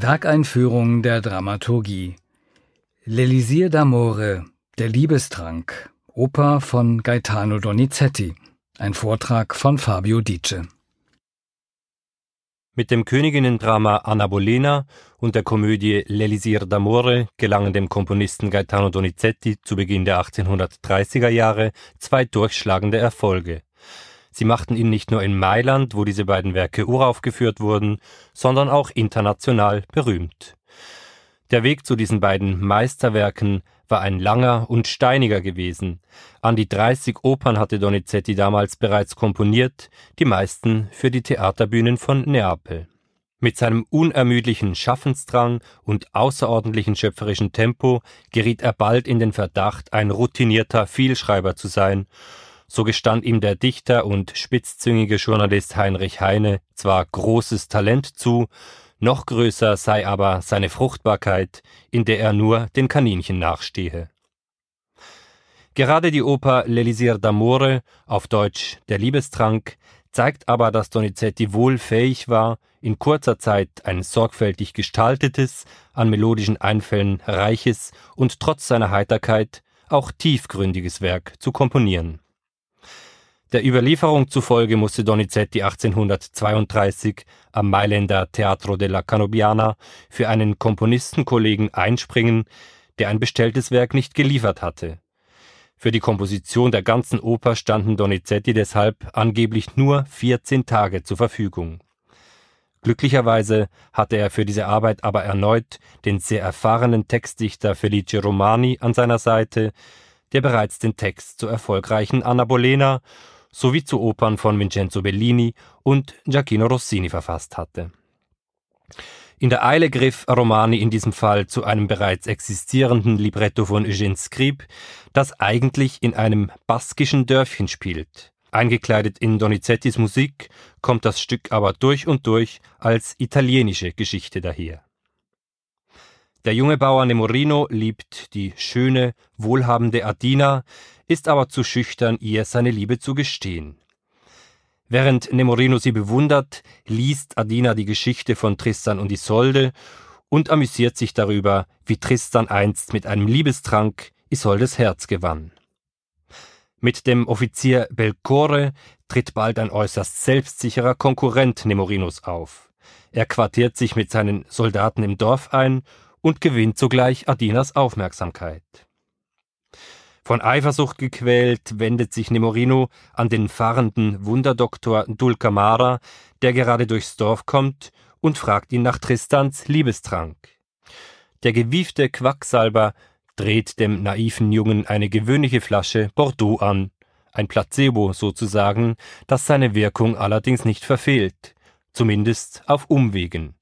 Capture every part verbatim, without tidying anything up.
Werkeinführung der Dramaturgie. L'Elisir d'Amore, der Liebestrank, Oper von Gaetano Donizetti. Ein Vortrag von Fabio Dice. Mit dem Königinnendrama Anna Bolena und der Komödie L'Elisir d'Amore gelangen dem Komponisten Gaetano Donizetti zu Beginn der achtzehnhundertdreißiger Jahre zwei durchschlagende Erfolge. Sie machten ihn nicht nur in Mailand, wo diese beiden Werke uraufgeführt wurden, sondern auch international berühmt. Der Weg zu diesen beiden Meisterwerken war ein langer und steiniger gewesen. An die dreißig Opern hatte Donizetti damals bereits komponiert, die meisten für die Theaterbühnen von Neapel. Mit seinem unermüdlichen Schaffensdrang und außerordentlichen schöpferischen Tempo geriet er bald in den Verdacht, ein routinierter Vielschreiber zu sein. So gestand ihm der Dichter und spitzzüngige Journalist Heinrich Heine zwar großes Talent zu, noch größer sei aber seine Fruchtbarkeit, in der er nur den Kaninchen nachstehe. Gerade die Oper L'Elisir d'Amore, auf Deutsch Der Liebestrank, zeigt aber, dass Donizetti wohl fähig war, in kurzer Zeit ein sorgfältig gestaltetes, an melodischen Einfällen reiches und trotz seiner Heiterkeit auch tiefgründiges Werk zu komponieren. Der Überlieferung zufolge musste Donizetti achtzehnhundertzweiunddreißig am Mailänder Teatro della Canobiana für einen Komponistenkollegen einspringen, der ein bestelltes Werk nicht geliefert hatte. Für die Komposition der ganzen Oper standen Donizetti deshalb angeblich nur vierzehn Tage zur Verfügung. Glücklicherweise hatte er für diese Arbeit aber erneut den sehr erfahrenen Textdichter Felice Romani an seiner Seite, der bereits den Text zur erfolgreichen Anna Bolena sowie zu Opern von Vincenzo Bellini und Gioachino Rossini verfasst hatte. In der Eile griff Romani in diesem Fall zu einem bereits existierenden Libretto von Eugène Scribe, das eigentlich in einem baskischen Dörfchen spielt. Eingekleidet in Donizettis Musik kommt das Stück aber durch und durch als italienische Geschichte daher. Der junge Bauer Nemorino liebt die schöne, wohlhabende Adina, ist aber zu schüchtern, ihr seine Liebe zu gestehen. Während Nemorino sie bewundert, liest Adina die Geschichte von Tristan und Isolde und amüsiert sich darüber, wie Tristan einst mit einem Liebestrank Isoldes Herz gewann. Mit dem Offizier Belcore tritt bald ein äußerst selbstsicherer Konkurrent Nemorinos auf. Er quartiert sich mit seinen Soldaten im Dorf ein und gewinnt sogleich Adinas Aufmerksamkeit. Von Eifersucht gequält wendet sich Nemorino an den fahrenden Wunderdoktor Dulcamara, der gerade durchs Dorf kommt, und fragt ihn nach Tristans Liebestrank. Der gewiefte Quacksalber dreht dem naiven Jungen eine gewöhnliche Flasche Bordeaux an, ein Placebo sozusagen, das seine Wirkung allerdings nicht verfehlt, zumindest auf Umwegen.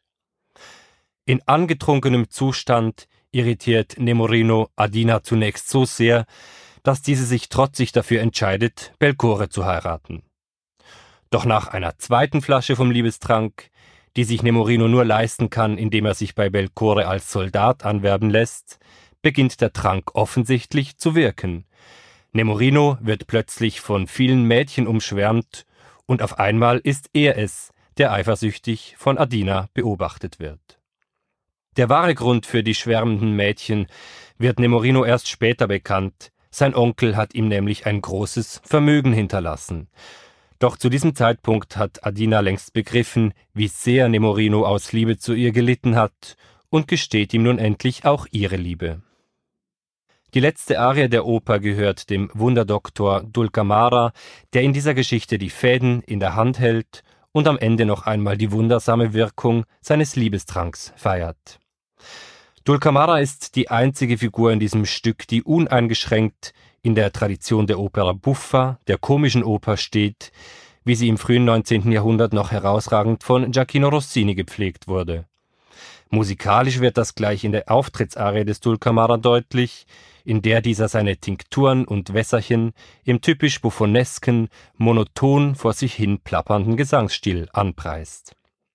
In angetrunkenem Zustand irritiert Nemorino Adina zunächst so sehr, dass diese sich trotzig dafür entscheidet, Belcore zu heiraten. Doch nach einer zweiten Flasche vom Liebestrank, die sich Nemorino nur leisten kann, indem er sich bei Belcore als Soldat anwerben lässt, beginnt der Trank offensichtlich zu wirken. Nemorino wird plötzlich von vielen Mädchen umschwärmt und auf einmal ist er es, der eifersüchtig von Adina beobachtet wird. Der wahre Grund für die schwärmenden Mädchen wird Nemorino erst später bekannt. Sein Onkel hat ihm nämlich ein großes Vermögen hinterlassen. Doch zu diesem Zeitpunkt hat Adina längst begriffen, wie sehr Nemorino aus Liebe zu ihr gelitten hat und gesteht ihm nun endlich auch ihre Liebe. Die letzte Arie der Oper gehört dem Wunderdoktor Dulcamara, der in dieser Geschichte die Fäden in der Hand hält und am Ende noch einmal die wundersame Wirkung seines Liebestranks feiert. Dulcamara ist die einzige Figur in diesem Stück, die uneingeschränkt in der Tradition der Opera buffa, der komischen Oper steht, wie sie im frühen neunzehnten Jahrhundert noch herausragend von Gioachino Rossini gepflegt wurde. Musikalisch wird das gleich in der Auftrittsarie des Dulcamara deutlich, in der dieser seine Tinkturen und Wässerchen im typisch buffonesken, monoton vor sich hin plappernden Gesangsstil anpreist.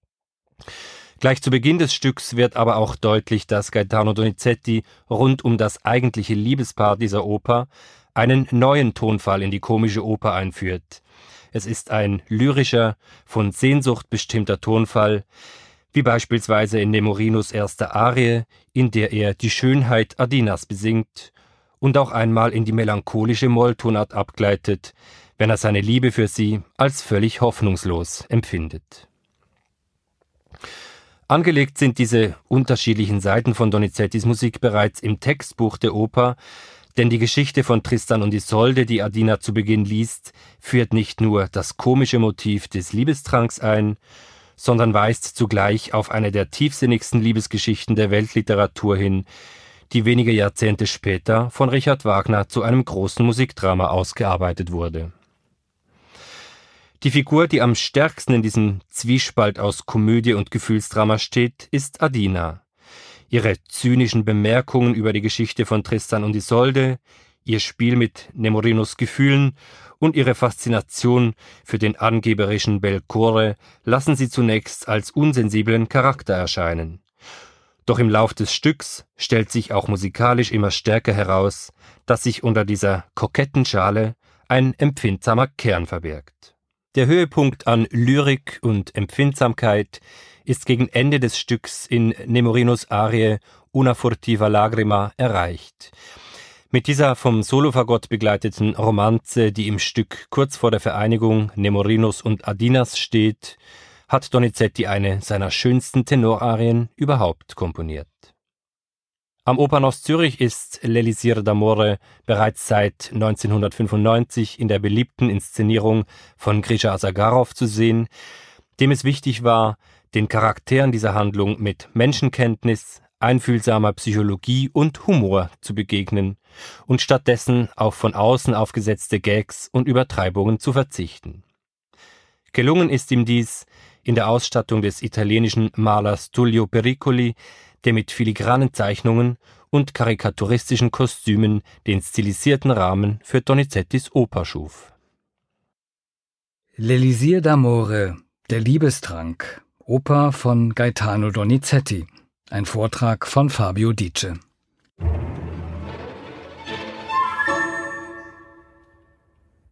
Gleich zu Beginn des Stücks wird aber auch deutlich, dass Gaetano Donizetti rund um das eigentliche Liebespaar dieser Oper einen neuen Tonfall in die komische Oper einführt. Es ist ein lyrischer, von Sehnsucht bestimmter Tonfall, wie beispielsweise in Nemorinos erster Arie, in der er die Schönheit Adinas besingt und auch einmal in die melancholische Molltonart abgleitet, wenn er seine Liebe für sie als völlig hoffnungslos empfindet. Angelegt sind diese unterschiedlichen Seiten von Donizettis Musik bereits im Textbuch der Oper, denn die Geschichte von Tristan und Isolde, die Adina zu Beginn liest, führt nicht nur das komische Motiv des Liebestranks ein, sondern weist zugleich auf eine der tiefsinnigsten Liebesgeschichten der Weltliteratur hin, die wenige Jahrzehnte später von Richard Wagner zu einem großen Musikdrama ausgearbeitet wurde. Die Figur, die am stärksten in diesem Zwiespalt aus Komödie und Gefühlsdrama steht, ist Adina. Ihre zynischen Bemerkungen über die Geschichte von Tristan und Isolde, ihr Spiel mit Nemorinos Gefühlen und ihre Faszination für den angeberischen Belcore lassen sie zunächst als unsensiblen Charakter erscheinen. Doch im Lauf des Stücks stellt sich auch musikalisch immer stärker heraus, dass sich unter dieser koketten Schale ein empfindsamer Kern verbirgt. Der Höhepunkt an Lyrik und Empfindsamkeit ist gegen Ende des Stücks in Nemorinos Arie Una furtiva lagrima erreicht. Mit dieser vom Solofagott begleiteten Romanze, die im Stück kurz vor der Vereinigung Nemorinos und Adinas steht, hat Donizetti eine seiner schönsten Tenorarien überhaupt komponiert. Am Opernhaus Zürich ist L'Elisir d'Amore bereits seit neunzehnhundertfünfundneunzig in der beliebten Inszenierung von Grisha Asagarov zu sehen, dem es wichtig war, den Charakteren dieser Handlung mit Menschenkenntnis, einfühlsamer Psychologie und Humor zu begegnen und stattdessen auf von außen aufgesetzte Gags und Übertreibungen zu verzichten. Gelungen ist ihm dies in der Ausstattung des italienischen Malers Tullio Pericoli, der mit filigranen Zeichnungen und karikaturistischen Kostümen den stilisierten Rahmen für Donizettis Oper schuf. L'Elisir d'Amore, der Liebestrank, Oper von Gaetano Donizetti, ein Vortrag von Fabio Dice.